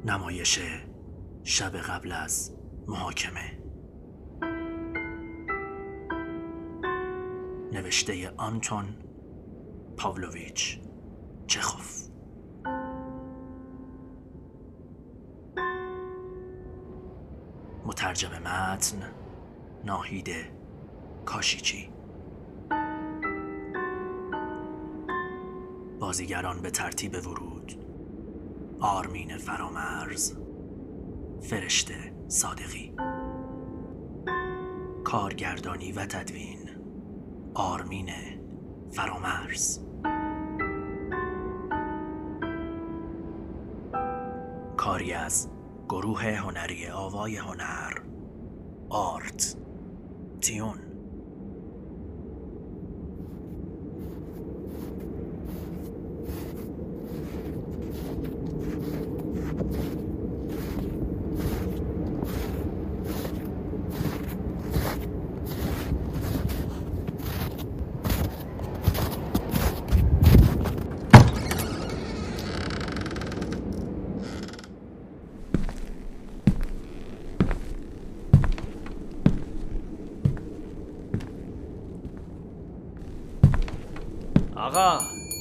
نمایش شب قبل از محاکمه، نوشته آنتون پاولویچ چخوف. مترجم متن ناهید کاشیچی. بازیگران به ترتیب ورود: آرمین فرامرز، فرشته صادقی. کارگردانی و تدوین: آرمین فرامرز. کاری از گروه هنری آوای هنر آرت تیون. آقا،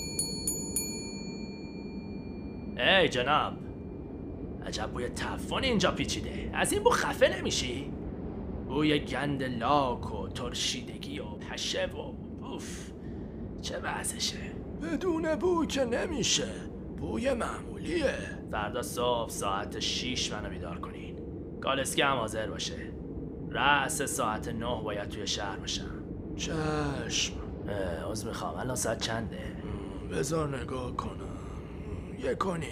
ای جناب، عجب بوی تعفن اینجا پیچیده. از این بو خفه نمیشی؟ بوی گند لاک و ترشیدگی و پشه و اوف، چه وضعشه؟ بدون بو که نمیشه، بوی معمولیه. فردا صبح ساعت 6 منو بیدار کنین. کالسکه هم حاضر باشه. رأس ساعت 9 باید توی شهر باشم. چشم. عذر میخوام، الان ساعت چنده؟ بذار نگاه کنم. 1:30.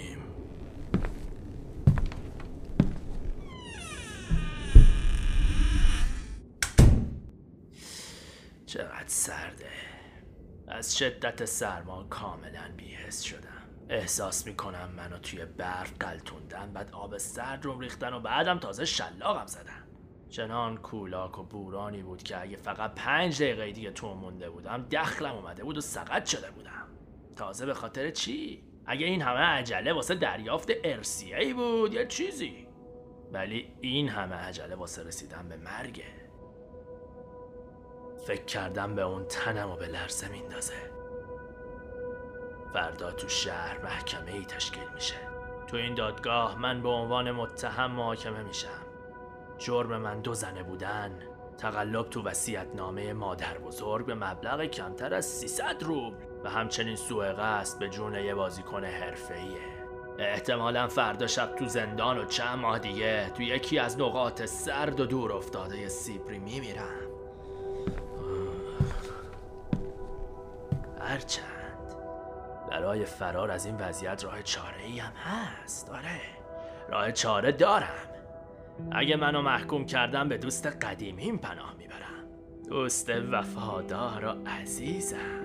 چقدر سرده. از شدت سرما کاملا بی‌حس شدم. احساس میکنم منو توی برف قلتوندن، بعد آب سرد روم ریختن و بعدم تازه شلاقم زدن. چنان کولاک و بورانی بود که اگه فقط 5 دقیقه دیگه تو مونده بودم دخلم اومده بود و سقط شده بودم. تازه به خاطر چی؟ اگه این همه عجله واسه دریافت ارسیه‌ای بود یا چیزی، ولی این همه عجله واسه رسیدن به مرگه. فکر کردم به اون تنمو به لرزه میندازه. فردا تو شهر محکمه ای تشکیل میشه. تو این دادگاه من به عنوان متهم محاکمه میشم. جرم من 2 زنه بودن، تقلب تو وصیت‌نامه مادر بزرگ به مبلغ کمتر از 300 روبل و همچنین سوء قصد به جون یه بازیکن حرفه‌ایه. احتمالاً فردا شب تو زندان و چند ماه دیگه تو یکی از نقاط سرد و دور افتاده سیبری میمیرم. هرچند برای فرار از این وضعیت راه چاره‌ای هم هست. آره، راه چاره دارم. اگه منو محکوم کردم به دوست قدیمیم پناه میبرم، دوست وفادار و عزیزم.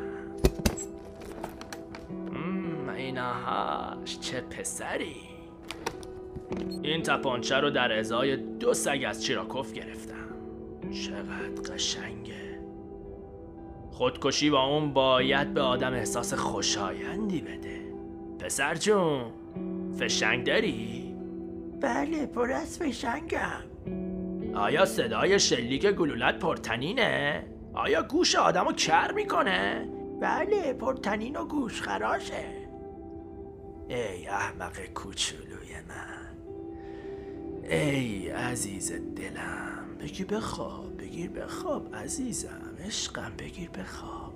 اینهاش چه پسری. این تپانچه رو در ازای 2 سگ از چیراکوف گرفتم. چقدر قشنگه. خودکشی با اون باید به آدم احساس خوشایندی بده. پسر جون، فشنگ داری؟ بله، پر از فشنگم. آیا صدای شلیک گلولت پرتنینه؟ آیا گوش آدمو کر میکنه؟ بله، پرتنین و گوش خراشه. ای احمق کوچولوی من، ای عزیز دلم، بگیر بخواب، بگیر بخواب عزیزم، عشقم، بگیر بخواب.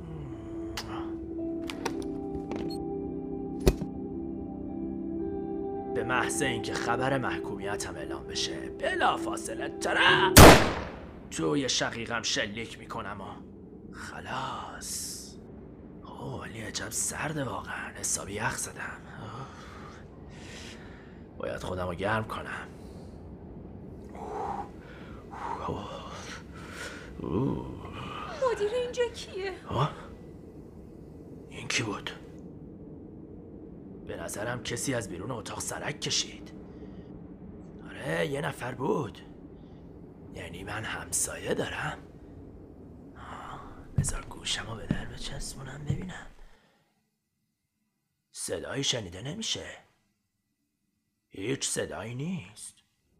به محض اینکه خبر محکومیتم اعلام بشه بلا فاصله توی شقیقم شلیک میکنم و خلاص. ولی عجب سرده واقعا، حسابی یخ زدم. باید خودم رو گرم کنم. مدیر اینجا کیه؟ این کی بود؟ به نظرم کسی از بیرون اتاق سرک کشید. آره، یه نفر بود. یعنی من همسایه دارم. بذار گوشمو به در بچسبونم ببینم. صدایی شنیده نمیشه. هیچ صدایی نیست.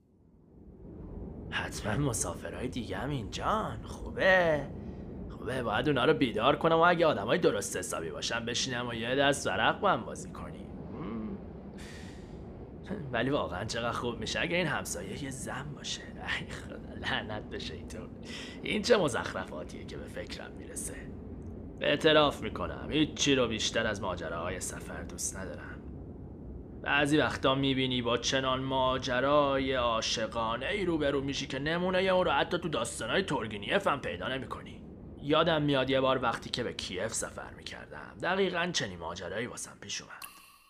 حتما مسافرهای دیگه هم اینجان. خوبه باید اونا رو بیدار کنم و اگه آدمای درست حسابی باشن بشینم و یه دست ورق با هم بازی کنیم. ولی واقعا چقدر خوب میشه اگه این همسایه یه زن باشه. ای خدا لعنت به شیطون. این چه مزخرفاتیه که به فکرم میرسه. اعتراف میکنم هیچی رو بیشتر از ماجراهای سفر دوست ندارم. بعضی وقتا میبینی با چنان ماجرای عاشقانه ای روبرو میشی که نمونه اون رو حتی تو داستانهای تورگینیف هم پیدا نمیکنی. یادم میاد یه بار وقتی که به کیف سفر میکردم دقیقاً چنین ماجرایی واسم پیش اومد.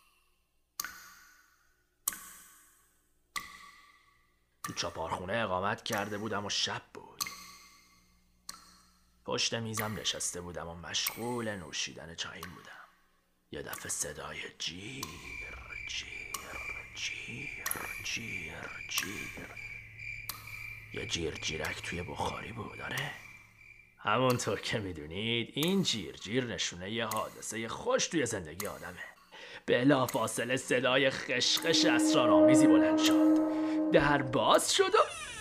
تو چاپارخونه اقامت کرده بودم و شب بود. پشت میزم نشسته بودم و مشغول نوشیدن چای بودم. یه دفعه صدای جیر یه جیرک توی بخاری بود. آره همونطور که میدونید این جیر نشونه یه حادثه خوش توی زندگی آدمه. بلافاصله صدای خشخش اسرارآمیزی بلند شد. در باز شد و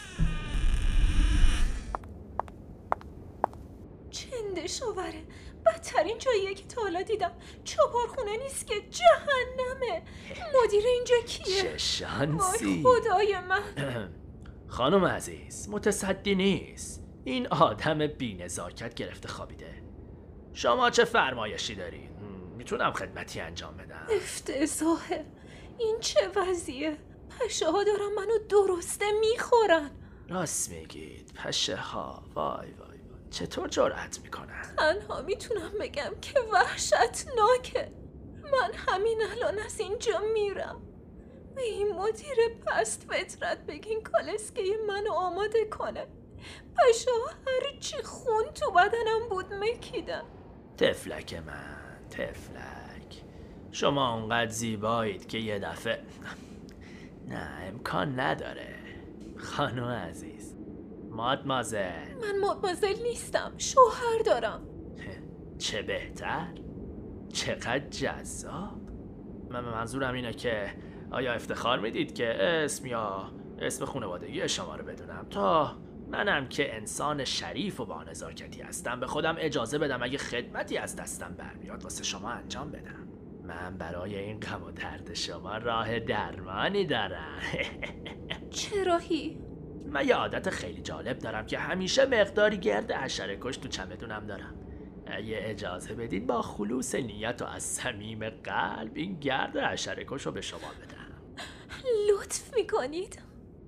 چنده شوره. بدترین جاییه که تا حالا دیدم. چاپارخونه نیست که جهنمه. مدیر اینجا کیه؟ چه شانسی. وای خدای من. خانم عزیز متصدی نیست. این آدم بی نزاکت گرفته خوابیده. شما چه فرمایشی دارید؟ میتونم خدمتی انجام بدم. افتضاحه. این چه وضعیه؟ پشه ها دارن منو درسته میخورن. راست میگید پشه ها. وای چطور جرأت میکنن؟ تنها میتونم بگم که وحشتناکه. من همین الان از اینجا میرم. به این مدیر پست فطرت بگین کالسکه منو آماده کنه. پشه ها هرچی خون تو بدنم بود مکیدن. تفلک من تفلک. شما اونقدر زیبایید که یه دفعه نه امکان نداره. خانم عزیز مادمازل. من مادمازل نیستم. شوهر دارم. چه بهتر. چقدر جذاب. من منظورم اینه که آیا افتخار میدید که اسم خانوادگی شما رو بدونم تا منم که انسان شریف و با نزاکتی هستم به خودم اجازه بدم اگه خدمتی از دستم برمیاد واسه شما انجام بدم. من برای این غم و درد شما راه درمانی دارم. چه راهی؟ من یه عادت خیلی جالب دارم که همیشه مقداری گرد حشره‌کش تو چمدونم دارم. اگه اجازه بدید با خلوص نیت و از صمیم قلب این گرد حشره‌کش رو به شما بدم. لطف میکنید؟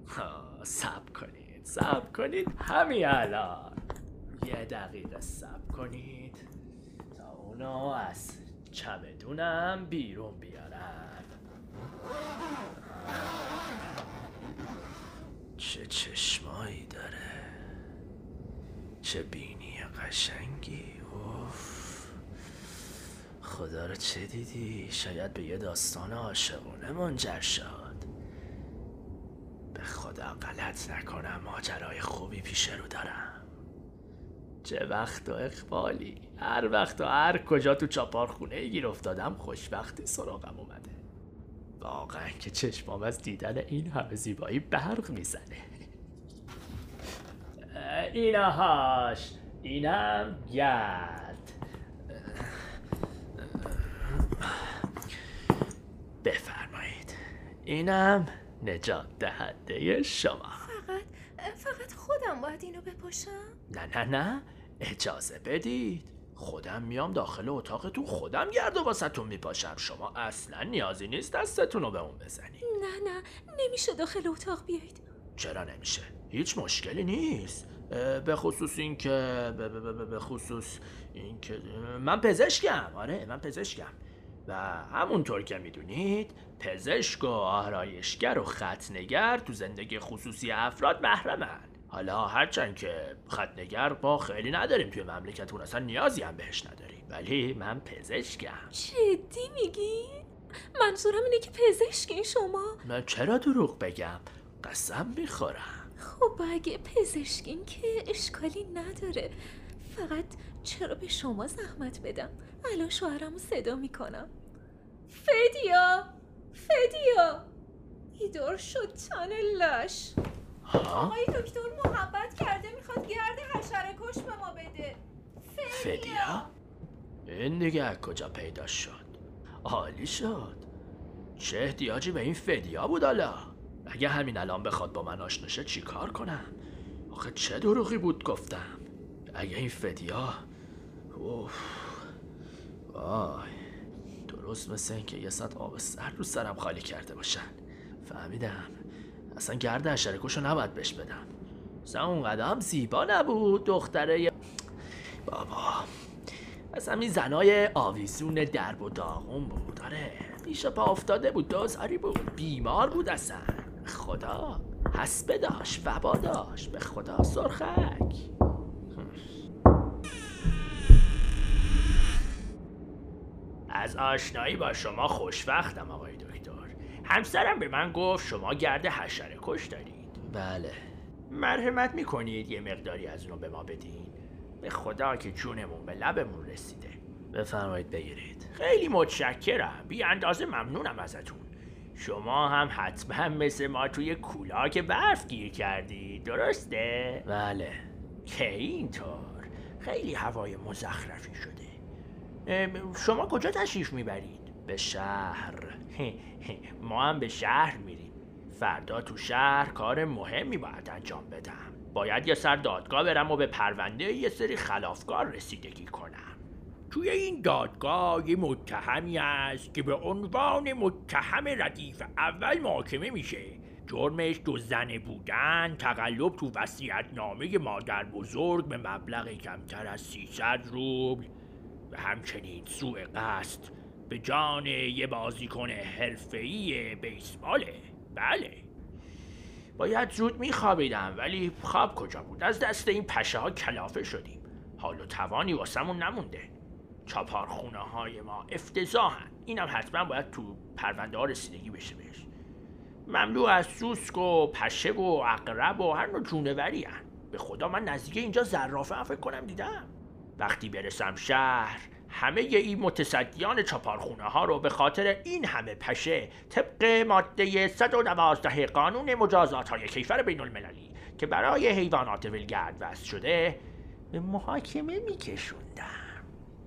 صبر کنید همین الان. یه دقیقه صبر کنید تا اونو از چمدونم بیرون بیارم. چه چشمایی داره. چه بینی قشنگی. اوف خدا رو چه دیدی؟ شاید به یه داستان عاشقونه منجر شد. به خدا غلط نکنم ماجرای خوبی پیش رو دارم. چه وقت و اقبالی. هر وقت و هر کجا تو چاپارخونه گیر افتادم خوشبختی سراغم اومده. واقعا که چشمام از دیدن این همه زیبایی برق میزنه. اینهاش. اینم گرد. بفرمایید. اینم نجات دهنده شما. فقط خودم باید اینو بپاشم؟ نه اجازه بدید. خودم میام داخل اتاقتون خودم گرد و واسه‌تون میپاشم. شما اصلا نیازی نیست دستتون رو به اون بزنید. نه نمیشه داخل اتاق بیایید. چرا نمیشه؟ هیچ مشکلی نیست. به خصوص این که من پزشکم. آره من پزشکم و همونطور که میدونید پزشک و آرایشگر و ختنگر تو زندگی خصوصی افراد محرمن. حالا هرچند که ختنگر ما خیلی نداریم توی مملکتون، اصلا نیازی هم بهش نداریم، ولی من پزشکم. جدی میگی؟ منظورم اینه که پزشکین شما؟ من چرا دروغ بگم؟ قسم میخورم. خب اگه پزشکین که اشکالی نداره، فقط چرا به شما زحمت بدم؟ الان شوهرمو صدا میکنم. فدیا بیدار شد تن لاش. آقای دکتر محبت کرده میخواد گرد حشره کش به ما بده. فدیا؟ این دیگه از کجا پیدا شد؟ عالی شد. چه احتیاجی به این فدیا بود حالا؟ اگه همین الان بخواد با من آشنا شه چی کار کنم؟ آخه چه دروغی بود گفتم؟ اگه این فدیا اوف وای درست مثل این که یه ساعت آب سرد رو سرم خالی کرده باشن. فهمیدم اصلا گرد حشره‌کشو نباید بهش بدم. اصلا اون قدم زیبا نبود دختره. بابا اصلا این زنای آویزون درب و داغون بود. آره پیش پا افتاده بود، دازاری بود، بیمار بود اصلا. خدا حسبه داشت، وبا داشت، به خدا سرخک. از آشنایی با شما خوشوقتم آقای دکتر. همسرم به من گفت شما گرد حشره کش دارید. بله. مرحمت میکنید یه مقداری از اونو به ما بدین؟ به خدا که جونمون به لبمون رسیده. بفرمایید بگیرید. خیلی متشکرم، بی اندازه ممنونم ازتون. شما هم حتما مثل ما توی کولاک برف گیر کردید، درسته؟ بله. که اینطور خیلی هوای مزخرفی شده. شما کجا تشریف میبرید؟ به شهر. ما هم به شهر میریم. فردا تو شهر کار مهمی باید انجام بدم. باید یه سر دادگاه برم و به پرونده یه سری خلافکار رسیدگی کنم. توی این دادگاه یه متهمی هست که به عنوان متهم ردیف اول محاکمه میشه. جرمش دزدن بودن، تقلب تو وصیت‌نامه مادر بزرگ به مبلغ کمتر از 300 روبل و همچنین سوء قصد به جان یه بازیکن حرفه‌ای بیسباله. بله. باید زود میخوابیدم ولی خواب کجا بود؟ از دست این پشه ها کلافه شدیم. حال و توانی واسمون نمونده. چاپارخونه های ما افتضاحن. اینم حتما باید تو پرونده ها رسیدگی بشه بهش. مملو از سوسک و پشه و عقرب و هر نوع جونوری هن. به خدا من نزدیک اینجا زرافه هم فکر کنم دیدم. وقتی برسم شهر همه این متصدیان چاپارخونه ها رو به خاطر این همه پشه طبق ماده 112 قانون مجازات های کیفر بین المللی که برای حیوانات ولگرد وضع شده به محاکمه میکشوندم.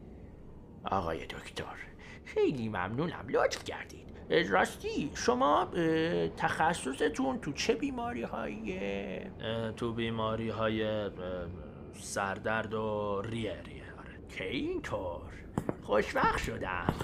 آقای دکتر خیلی ممنونم، لطف کردید. راستی شما تخصصتون تو چه بیماری هاییه؟ تو بیماری های سردرد و ریه. آره. که اینطور خوشوقت شدم.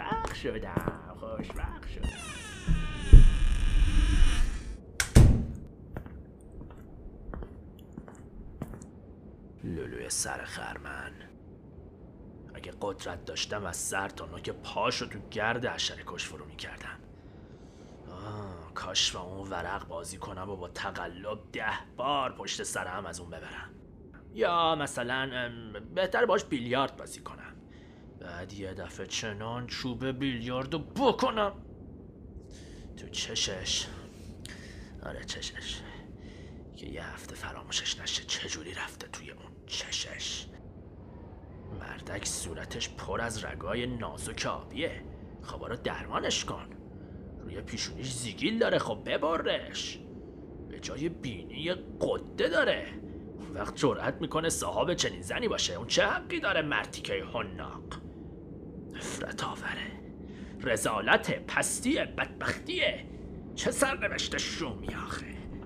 لولوی سر خرمن، اگه قدرت داشتم از سر تا نوک پاشو تو گرد حشره کش فرو میکردم. کاش با اون ورق بازی کنم و با تقلب 10 بار پشت سرم از اون ببرم. یا مثلا بهتر باش بیلیارد بازی کنم. بعد یه دفعه چنان چوب بیلیاردو بکنم تو چشش. آره چشش که یه هفته فراموشش نشه چجوری رفته توی اون چشش. مردک صورتش پر از رگای نازک آبیه. خب رو درمانش کن. روی پیشونیش زیگیل داره، خب ببرش. به جای بینی یه قده داره. اون وقت جرأت میکنه صاحب چنین زنی باشه. اون چه حقی داره مرتیکه حناق؟ نفرت آوره، رذالت، پستیه، بدبختیه. چه سرنوشت شومی آخه.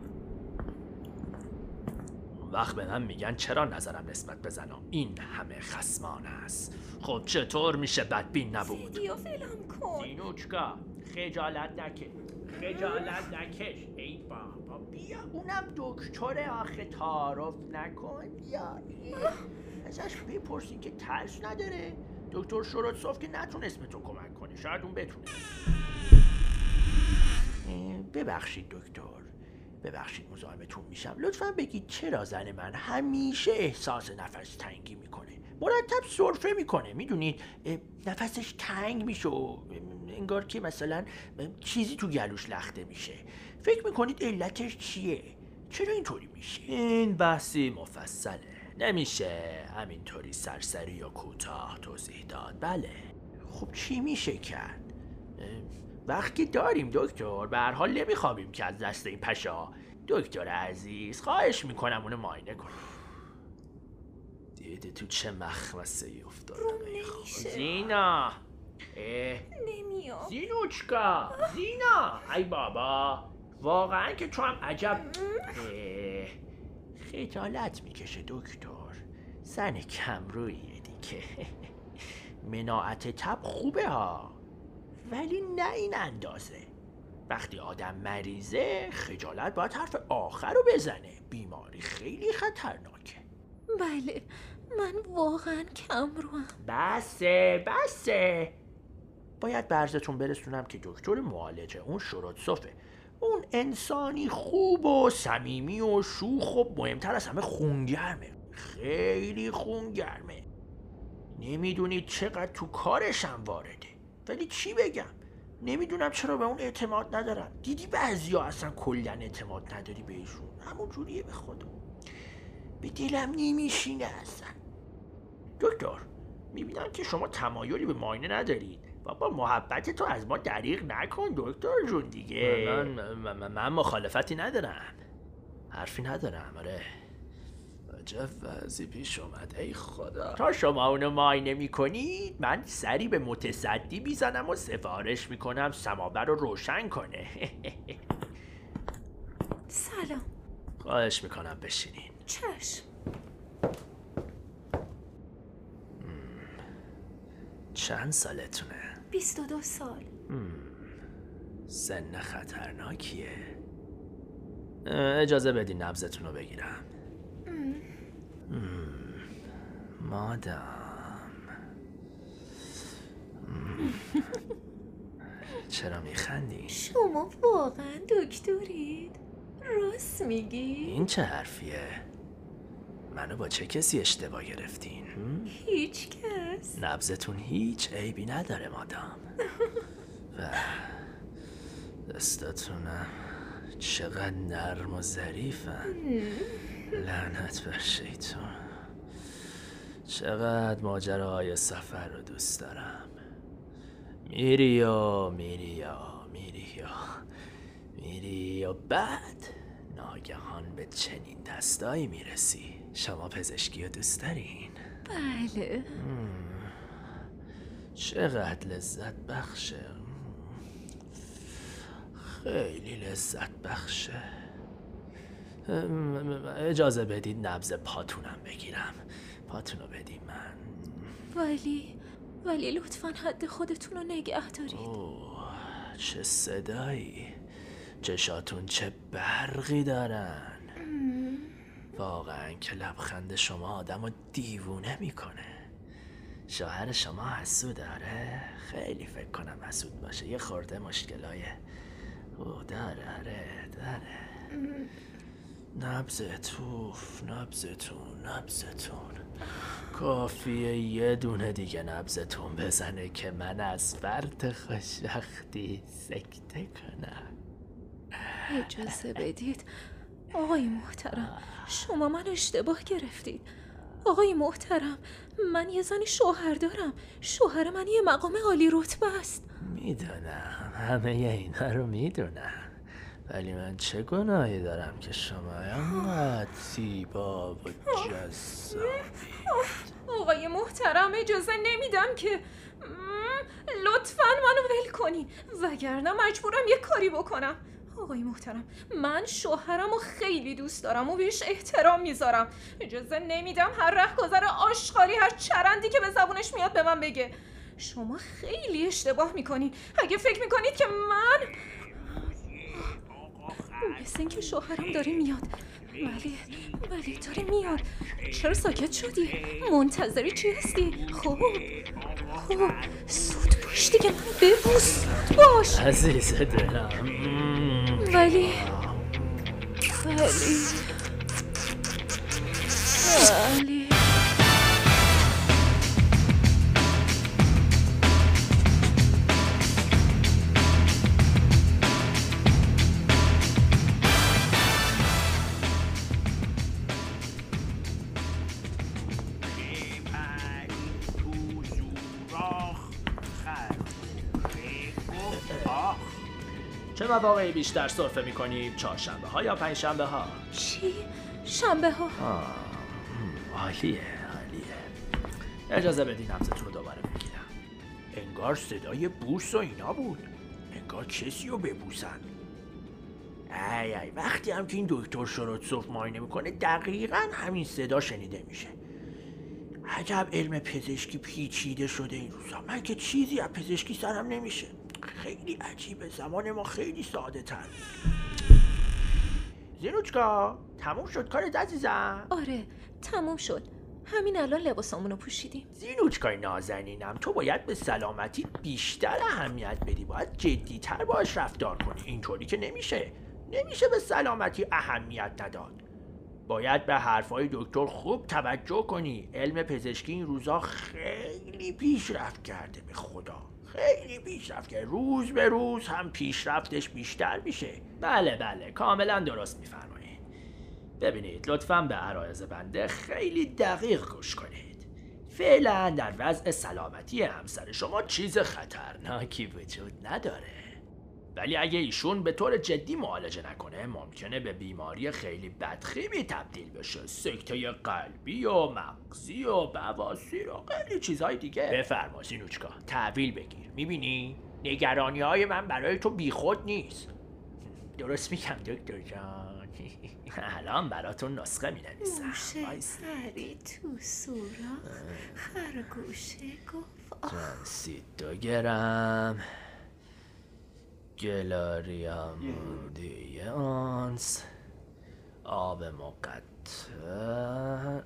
اون وقت به من میگن چرا نظرم نسبت به زنام این همه خصمانه است. خب چطور میشه بدبین نبود؟ ویدیو فیلم کن. زینوچکا خجالت نکش. ای بابا بیا، اونم دکتر آخه تعارف نکن. بیا ازش بپرسین که ترس نداره. دکتر شورتسوف که نتونست به تو کمک کنه، شاید اون بتونه. ببخشید دکتر، ببخشید مزاحمتون میشم. لطفاً بگید چرا زن من همیشه احساس نفس تنگی میکنه؟ مرتب سرفه میکنه، میدونید نفسش تنگ میشه و انگار که مثلا چیزی تو گلوش لخته میشه. فکر میکنید علتش چیه؟ چرا اینطوری میشه؟ این بحثی مفصله، نمیشه همینطوری سرسری یا کوتاه توضیح داد. بله خب چی میشه کرد؟ وقتی داریم دکتر، به هر حال نمیخوابیم که از دست این پشا. دکتر عزیز خواهش میکنم اونو معاینه کن. دیدی تو چه مخمسه ای افتادم. نمیشه. زینا نمیام. زینوچکا، زینا، ای بابا واقعا که تو هم عجب. خجالت میکشه دکتر، زن کم رویه دیگه. مناعت تب خوبه ها، ولی نه این اندازه. وقتی آدم مریضه خجالت باید حرف آخر رو بزنه. بیماری خیلی خطرناکه. بله، من واقعا کم روم. بسه باید برزتون برسونم که دکتر معالجه اون شروتسوفه. اون انسانی خوب و صمیمی و شوخ و مهمتر از همه خونگرمه. خیلی خونگرمه. نمیدونید چقدر تو کارشم وارده. ولی چی بگم، نمیدونم چرا به اون اعتماد ندارم. دیدی بعضیا اصلا کلن اعتماد نداری بهشون. همون جوریه به خدا. به دلم نمیشینه اصلا. دکتر میبینم که شما تمایلی به معاینه ندارید. بابا محبت تو از ما دریغ نکن دکتر جون دیگه. من مخالفتی ندارم، حرفی ندارم. آره عجب وضعی پیش اومد ای خدا. تا شما اونو معاینه میکنید من سری به متصدی میزنم و سفارش میکنم سماور رو روشن کنه. سلام. خواهش میکنم بشینین. چشم. چند سالتونه؟ 22 سال. سن خطرناکیه. اجازه بدین نبضتون رو بگیرم. مادام چرا میخندی؟ شما واقعا دکترید؟ راست میگی؟ این چه حرفیه؟ منو با چه کسی اشتباه گرفتین؟ هیچ کس. نبضتون هیچ عیبی نداره مادام. و دستاتونم چقدر نرم و ظریفن. لعنت بر شیطون. چقدر ماجراهای سفر رو دوست دارم. میری و بعد ناگهان به چنین دستایی میرسی. شما پزشکی رو دوست دارین؟ بله. چقدر لذت بخشه. خیلی لذت بخشه. اجازه بدید نبض پاتونم بگیرم. پاتونو بدید من. ولی لطفاً حد خودتون رو نگه دارید. اوه چه صدایی. چشاتون چه برقی دارن. واقعا که لبخند شما آدم رو دیوونه میکنه. شوهر شما حسود داره؟ خیلی فکر کنم حسود باشه. یه خورده مشکلای داره. نبضتون کافیه یه دونه دیگه نبضتون بزنه که من از فرط خوشبختی سکته کنم. اجازه بدید آقای محترم، شما من اشتباه گرفتید. آقای محترم، من یه زن شوهر دارم. شوهر من یه مقام عالی رتبه است. میدونم، همه اینا رو میدونم، ولی من چه گناهی دارم که شما انقدر زیبا و جذابی؟ آقای محترم اجازه نمیدم که لطفاً منو ول کنی، وگرنه مجبورم یه کاری بکنم. آقای محترم، من شوهرم رو خیلی دوست دارم و بهش احترام میذارم. اجازه نمیدم هر رهگذر آشغالی، هر چرندی که به زبونش میاد به من بگه. شما خیلی اشتباه میکنید اگه فکر میکنید که من مثل این که شوهرم داره میاد. ولی داره میاد. چرا ساکت شدی؟ منتظری چی هستی؟ خب زود باش دیگه، منو ببوس. باش عزیز دلم. ولی چه مواقعی بیشتر سرفه میکنیم؟ چهارشنبه ها یا پنجشنبه ها؟ چی؟ شنبه ها. عالیه. اجازه بدین نبضتون رو دوباره بگیرم. انگار صدای بوس و اینا بود. انگار کسی رو ببوسن. ای وقتی هم که این دکتر شروتسوف معاینه میکنه دقیقاً همین صدا شنیده میشه. عجب علم پزشکی پیچیده شده این روزا. من که چیزی از پزشکی سرم نمیشه. خیلی عجیبه. زمان ما خیلی ساده تر. زینوچکا تموم شد کارت عزیزم؟ آره تموم شد. همین الان لباسامونو پوشیدیم. زینوچکای نازنینم، تو باید به سلامتی بیشتر اهمیت بدی. باید جدی‌تر باهاش رفتار کنی. اینطوری که نمیشه به سلامتی اهمیت نداد. باید به حرفای دکتر خوب توجه کنی. علم پزشکی این روزا خیلی پیشرفت کرده. به خدا خیلی پیشرفت کرده. روز به روز هم پیشرفتش بیشتر میشه. بله کاملا درست میفرمایید. ببینید لطفاً به عرایض بنده خیلی دقیق گوش کنید. فعلا در وضع سلامتی همسر شما چیز خطرناکی وجود نداره، ولی اگه ایشون به طور جدی معالجه نکنه ممکنه به بیماری خیلی بدخیمی تبدیل بشه. سکته قلبی و مغزی و بواسیر و خیلی چیزهای دیگه. بفرما زینوچکا تحویل بگیر. میبینی نگرانی‌های من برای تو بیخود نیست. درست میگم دکتر جان؟ الان براتون نسخه می‌نویسم. موشه سری تو سوراخ خرگوشه گفت 32 گرم گلاریا مودیانس آب مقطر.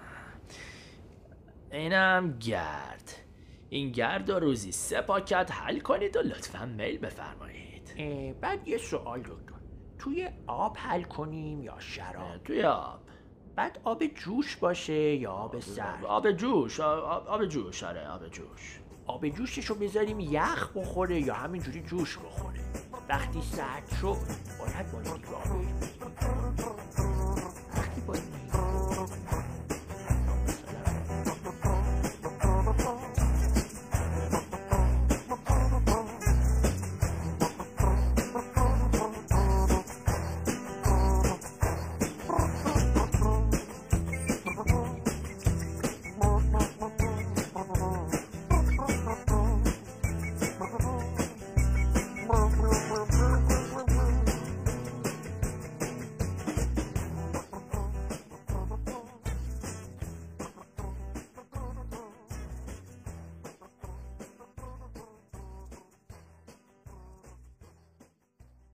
اینم گرد. این گرد رو روزی 3 پاکت حل کنید و لطفاً میل بفرمایید. بعد یه سوال دکتر، توی آب حل کنیم یا شراب؟ توی آب. بعد آب جوش باشه یا آب سرد؟ آب جوش. آب جوش. آره آب جوش. آب جوششو بذاریم یخ بخوره یا همینجوری جوش بخوره؟ وقتی سرد شد باید با نگاه